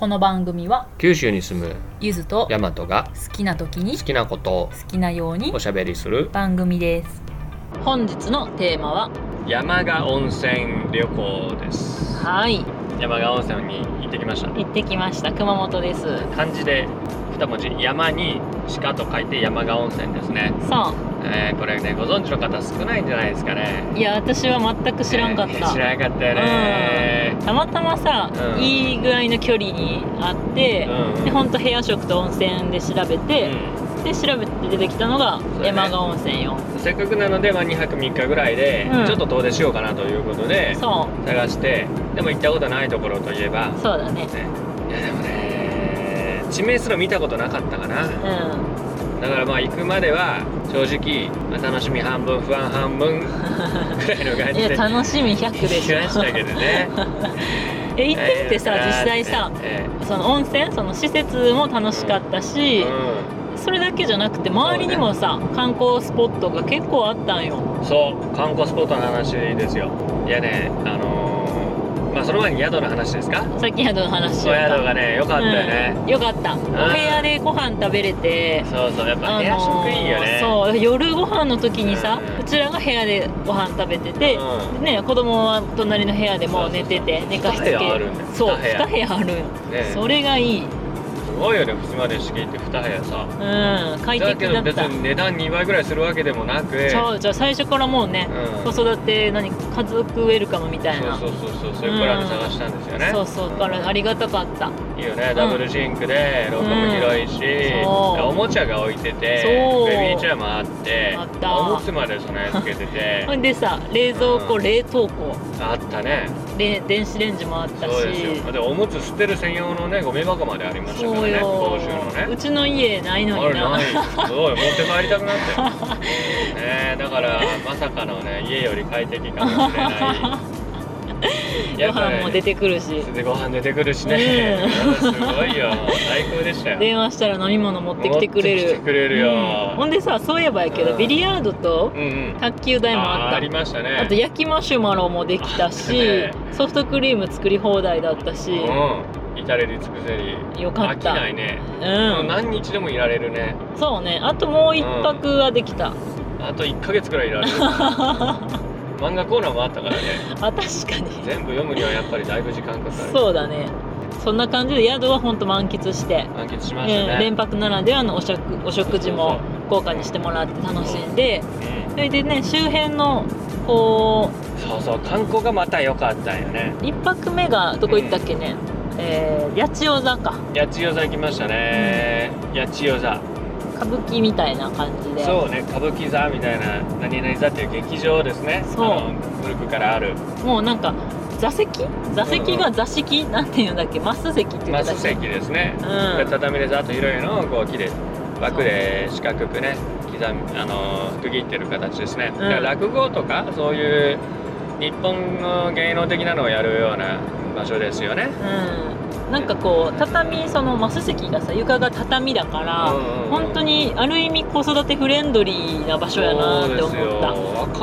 この番組は九州に住むゆずと大和が好きな時に好きなことを好きなようにおしゃべりする番組です。本日のテーマは山鹿温泉旅行です。 はい山鹿温泉に行ってきました。 行ってきました。熊本です。 漢字で2文字、山に鹿と書いて山鹿温泉ですね。 そう、 これね、ご存知の方少ないんじゃないですかね。 いや私は全く知らんかった、 知らなかったよね、 たまたまさ、いいぐらいの距離にあって、でほんと部屋食と温泉で調べて、で調べて出てきたのが山鹿温泉よ。 せっかくなので、2泊3日ぐらいでちょっと遠出しようかなということで、探して、でも行ったことないところといえば、 そうだね。 いやでもね、地名すら見たことなかったかな。だから行くまでは正直、楽しみ半分不安半分ぐらいの感じでいや楽しみ100でしょ。 行きましたけどね。 行ってみてさ、実際さ、その温泉、その施設も楽しかったし、それだけじゃなくて周りにもさ、観光スポットが結構あったんよ。 そう、観光スポットの話ですよ。いやね、その前に宿の話ですか。 さっき宿の話。 宿がね、良かったよね。 良かった。お部屋でご飯食べれて。 そうそう、やっぱ部屋食いいよね。 そう、夜ご飯の時にさ、うちらが部屋でご飯食べてて、ね、子供は隣の部屋でも寝てて、寝かしつけ。そう、2部屋ある。それがいい。 すごいよね、2日まで仕切って2部屋さ。 快適だった。 別に値段2倍ぐらいするわけでもなく。 じゃあ最初からもうね、子育て家族ウェルカムみたいな。 そういうプランで探したんですよね。 そう、だからありがたかった。 いいよね、ダブルシンクで廊下も広いし、おもちゃが置いてて、ベビーチェアもあって、おむつまで備え付けてて。 ほんでさ、冷蔵庫、冷凍庫あったね。 電子レンジもあったし。 そうですよ。でおむつ捨てる専用のね、ゴミ箱までありましたからね、公衆のね。 うちの家ないのにな。 すごい、持って帰りたくなってね。だからまさかのね、家より快適かもしれない。 ご飯も出てくるし。 ご飯出てくるしね。すごいよ、最高でしたよ。 電話したら飲み物持ってきてくれる。 持ってきてくれるよ。 ほんでさ、そういえばやけど、ビリヤードと卓球台もあった。 ありましたね。 あと焼きマシュマロもできたし、ソフトクリーム作り放題だったし。 至れり尽くせり。 よかった。 飽きないね。何日でもいられるね。 そうね。あともう1泊はできた。 あと1ヶ月くらいいられる。漫画コーナーもあったからね。確かに。全部読むにはやっぱりだいぶ時間かかる。 そうだね。そんな感じで宿は本当満喫して。 満喫しましたね。 連泊ならではのお食事も豪華にしてもらって楽しんで、それでね、周辺のこう。 そう、観光がまた良かったんよね。 1泊目がどこ行ったっけね。八千代座か。 八千代座行きましたね。八千代座。 歌舞伎みたいな感じで。 そうね、歌舞伎座みたいな、何々座っていう劇場ですね。古くからある。もうなんか座席が座敷なんていうんだっけ、マス席っていうか。 マス席ですね。畳でざっと広いのをこう木で枠で四角くね、区切ってる形ですね。だから落語とかそういう日本の芸能的なのをやるような場所ですよね。なんかこう畳、 そのマス席がさ、床が畳だから、本当にある意味子育てフレンドリーな場所やなって思った。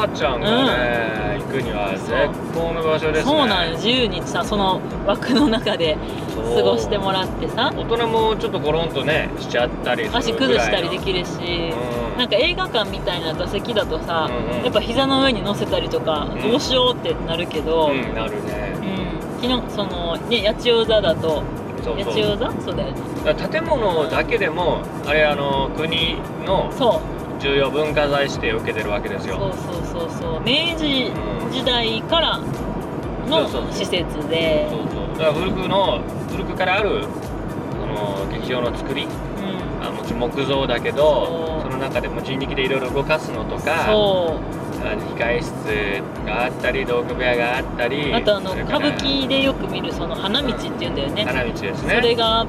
赤ちゃんがね、行くには絶好の場所ですね。 そうなんよ。自由にさ、その枠の中で過ごしてもらってさ、 大人もちょっとゴロンとねしちゃったりするぐらいの、 足崩したりできるし、なんか映画館みたいな座席だとさ、やっぱ膝の上に乗せたりとか、どうしようってなるけど、 なるね。 昨日そのね、八千代座だと、八千代座、そうだよね。 建物だけでもあれ国の重要文化財指定を受けてるわけですよ。そう明治時代からの施設で、だから古くからある劇場の作り、もちろん木造だけど、その中でも人力でいろいろ動かすのとか、控室があったり、道具部屋があったり、あと歌舞伎でよく見るその花道っていうんだよね。 花道ですね。 それがあって、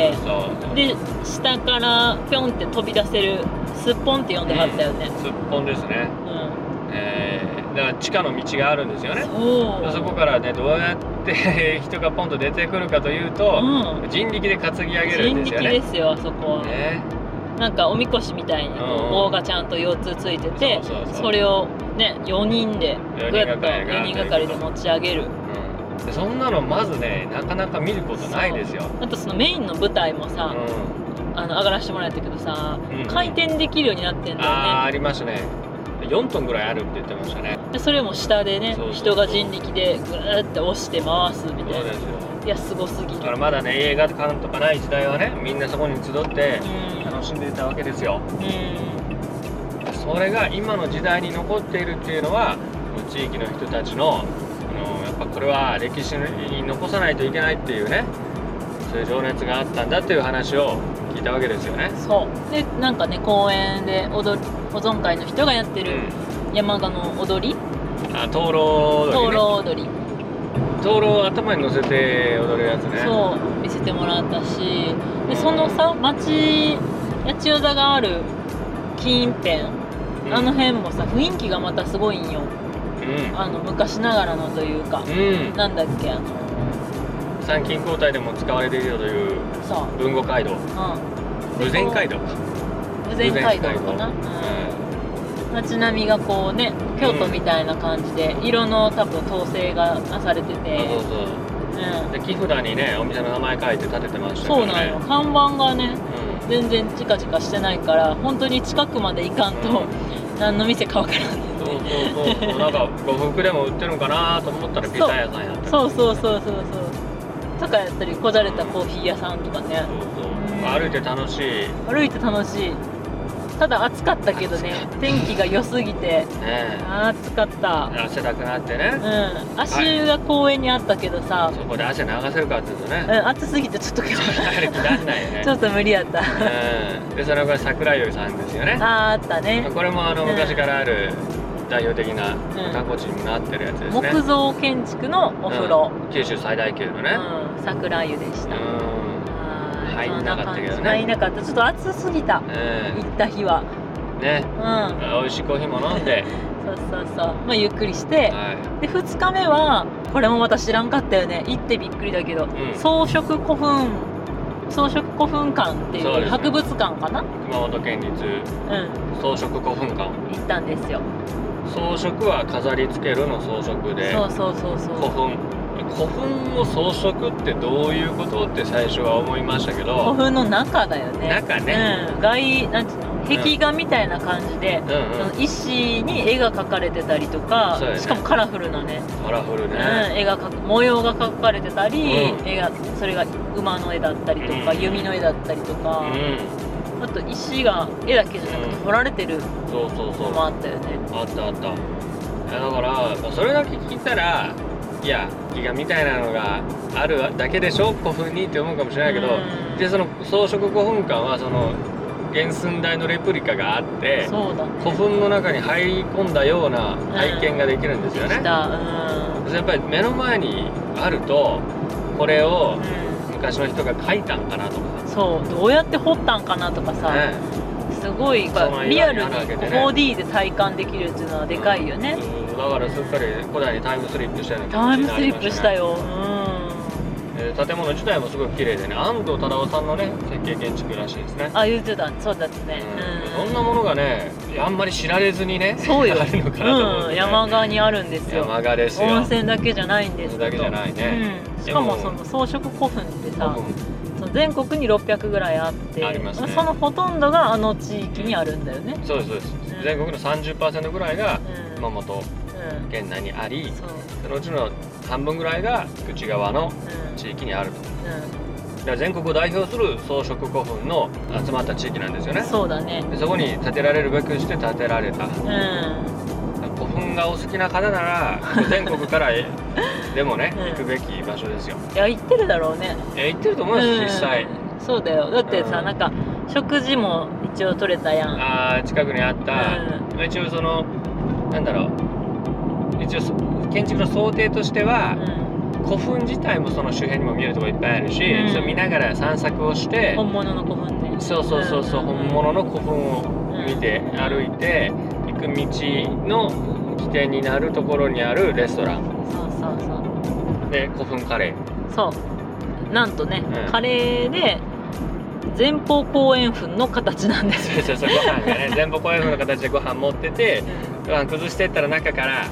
で下からピョンって飛び出せるすっぽんって呼んではったよね。 すっぽんですね。だから地下の道があるんですよね。そこからね、どうやって人がポンと出てくるかというと、人力で担ぎ上げるんですよね。 人力ですよ、あそこは。なんかおみこしみたいに棒がちゃんと4つついてて、それをね4人がかりで持ち上げる。 そんなのまずねなかなか見ることないですよ。 あとそのメインの舞台もさ、上がらせてもらったけどさ、回転できるようになってんだよね。 ありましたね。4トンぐらいあるって言ってましたね。 でそれも下でね、人が人力でぐーって押して回すみたいな。 そうですよ。 いやすごすぎる。 だからまだね映画館とかない時代はね、みんなそこに集って楽しんでいたわけですよ。それが今の時代に残っているっていうのは、地域の人たちのやっぱこれは歴史に残さないといけないっていうね、そういう情熱があったんだっていう話を聞いたわけですよね。 そうでなんかね公園で保存会の人がやってる山鹿の踊り、 灯籠踊りね。灯籠を頭に乗せて踊るやつね。 そう見せてもらったし、でそのさ町八千代座がある近辺、あの辺もさ雰囲気がまたすごいんよ。昔ながらのというか、なんだっけ参勤交代でも使われているよという豊後街道、豊前街道か。 豊前街道かな。街並みがこうね京都みたいな感じで、色の多分統制がなされてて、 で木札にねお店の名前書いて立ててましたよね。 そうなんよ。看板がね、全然チカチカしてないから本当に近くまで行かんと何の店かわからんね。 そうなんか呉服でも売ってるのかなと思ったらピザ屋さんやった。 そうとかやったりこじゃれたコーヒー屋さんとかね。 歩いて楽しい。 ただ暑かったけどね、天気が良すぎて暑かった。 汗だくなってね。 足湯が公園にあったけどさ、 そこで汗流せるかっていうとね、 暑すぎてちょっと歩きらんないよね。 ちょっと無理やった。 でそれが桜湯さんですよね。 あったね。 これも昔からある代表的な観光地にもなってるやつですね。 木造建築のお風呂、 九州最大級のね桜湯でした。 入んなかったけどね。 入んなかった。ちょっと暑すぎた、行った日はね。美味しいコーヒーも飲んでそうゆっくりして、で2日目はこれもまた知らんかったよね。行ってびっくりだけど、装飾古墳館っていう博物館かな。 熊本県立装飾古墳館行ったんですよ。 装飾は飾り付けるの装飾で、古墳の装飾ってどういうことって最初は思いましたけど、 古墳の中だよね。 中ね、 なんていうの、壁画みたいな感じで、石に絵が描かれてたりとか、しかもカラフルなね、模様が描かれてたり、それが馬の絵だったりとか、弓の絵だったりとか、あと石が絵だけじゃなくて彫られてるのもあったよね。 あった。だからそれだけ聞いたら、いや壁画みたいなのがあるだけでしょ古墳にって思うかもしれないけど、でその装飾古墳館はその原寸大のレプリカがあって、古墳の中に入り込んだような体験ができるんですよね。やっぱり目の前にあると、これを昔の人が描いたんかなとか、 どうやって彫ったんかなとかさ、すごいリアルに 4D で体感できるっていうのはでかいよね。 だからすっかり古代にタイムスリップしたような気持ちになりましたね。 タイムスリップしたよ。 建物自体もすごく綺麗でね、安藤忠雄さんのね設計建築らしいですね。 言ってた。そうだったね。 そんなものがねあんまり知られずにね、 そうよ、 あるのかなと思って、 山側にあるんですよ。 山側ですよ。 温泉だけじゃないんです。 だけじゃないね。 しかもその装飾古墳ってさ、全国に600ぐらいあって、そのほとんどがあの地域にあるんだよね。 そうです。全国の 30% ぐらいが熊本県内にあり、そのうちの半分ぐらいが内側の地域にあると。だから全国を代表する装飾古墳の集まった地域なんですよね。 そうだね。 でそこに建てられるべくして建てられた。古墳がお好きな方なら全国からでもね行くべき場所ですよ。 いや行ってるだろうね。 行ってると思います実際。 そうだよ。だってさ、なんか食事も一応取れたやん。 近くにあった、一応そのなんだろう、一応建築の想定としては、古墳自体もその周辺にも見えるところいっぱいあるし、それ見ながら散策をして、 本物の古墳ね。 そう、本物の古墳を見て歩いて行く道の起点になるところにあるレストラン。で古墳カレー。なんとね、カレーで前方後円墳の形なんです。 ご飯がね前方後円墳の形でご飯持ってて、ご飯崩してったら中から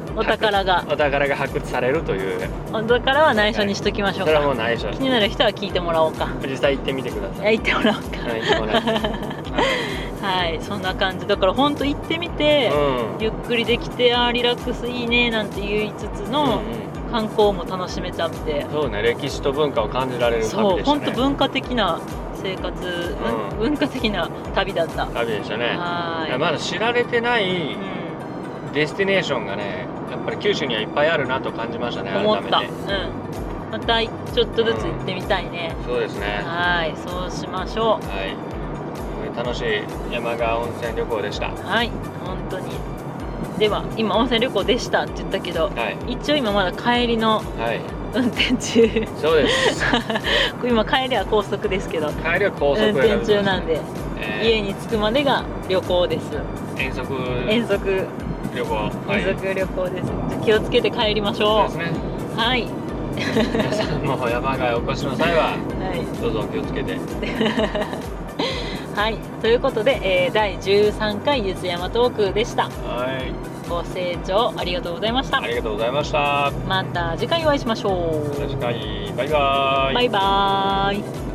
お宝が発掘されるという。 お宝は内緒にしときましょうか。 それはもう内緒。 気になる人は聞いてもらおうか。 実際行ってみてください。 行ってもらおうか。はい、そんな感じだから本当行ってみて、ゆっくりできてリラックスいいねなんて言いつつの観光も楽しめちゃって、 そうね、歴史と文化を感じられる旅でしたね。 そう、本当文化的な生活、文化的な旅だった。 旅でしたね。まだ知られてないデスティネーションがね、やっぱり九州にはいっぱいあるなと感じましたね。 思った。またちょっとずつ行ってみたいね。 そうですね。 はい、そうしましょう。 はい。楽しい山川温泉旅行でした。 はい、本当に。では今温泉旅行でしたって言ったけど、一応今まだ帰りの運転中。 そうです。 今帰りは高速ですけど。 帰りは高速運転中なんで、家に着くまでが旅行です。 遠足旅行。 遠足旅行です。気をつけて帰りましょう。 そうですね。 はい。 皆さんも山川お越しの際は、どうぞお気をつけて。 はい、ということで、第13回ゆずやまトークでした。 はい。 ご清聴ありがとうございました。 ありがとうございました。 また次回お会いしましょう。 また次回、バイバーイ。 バイバーイ。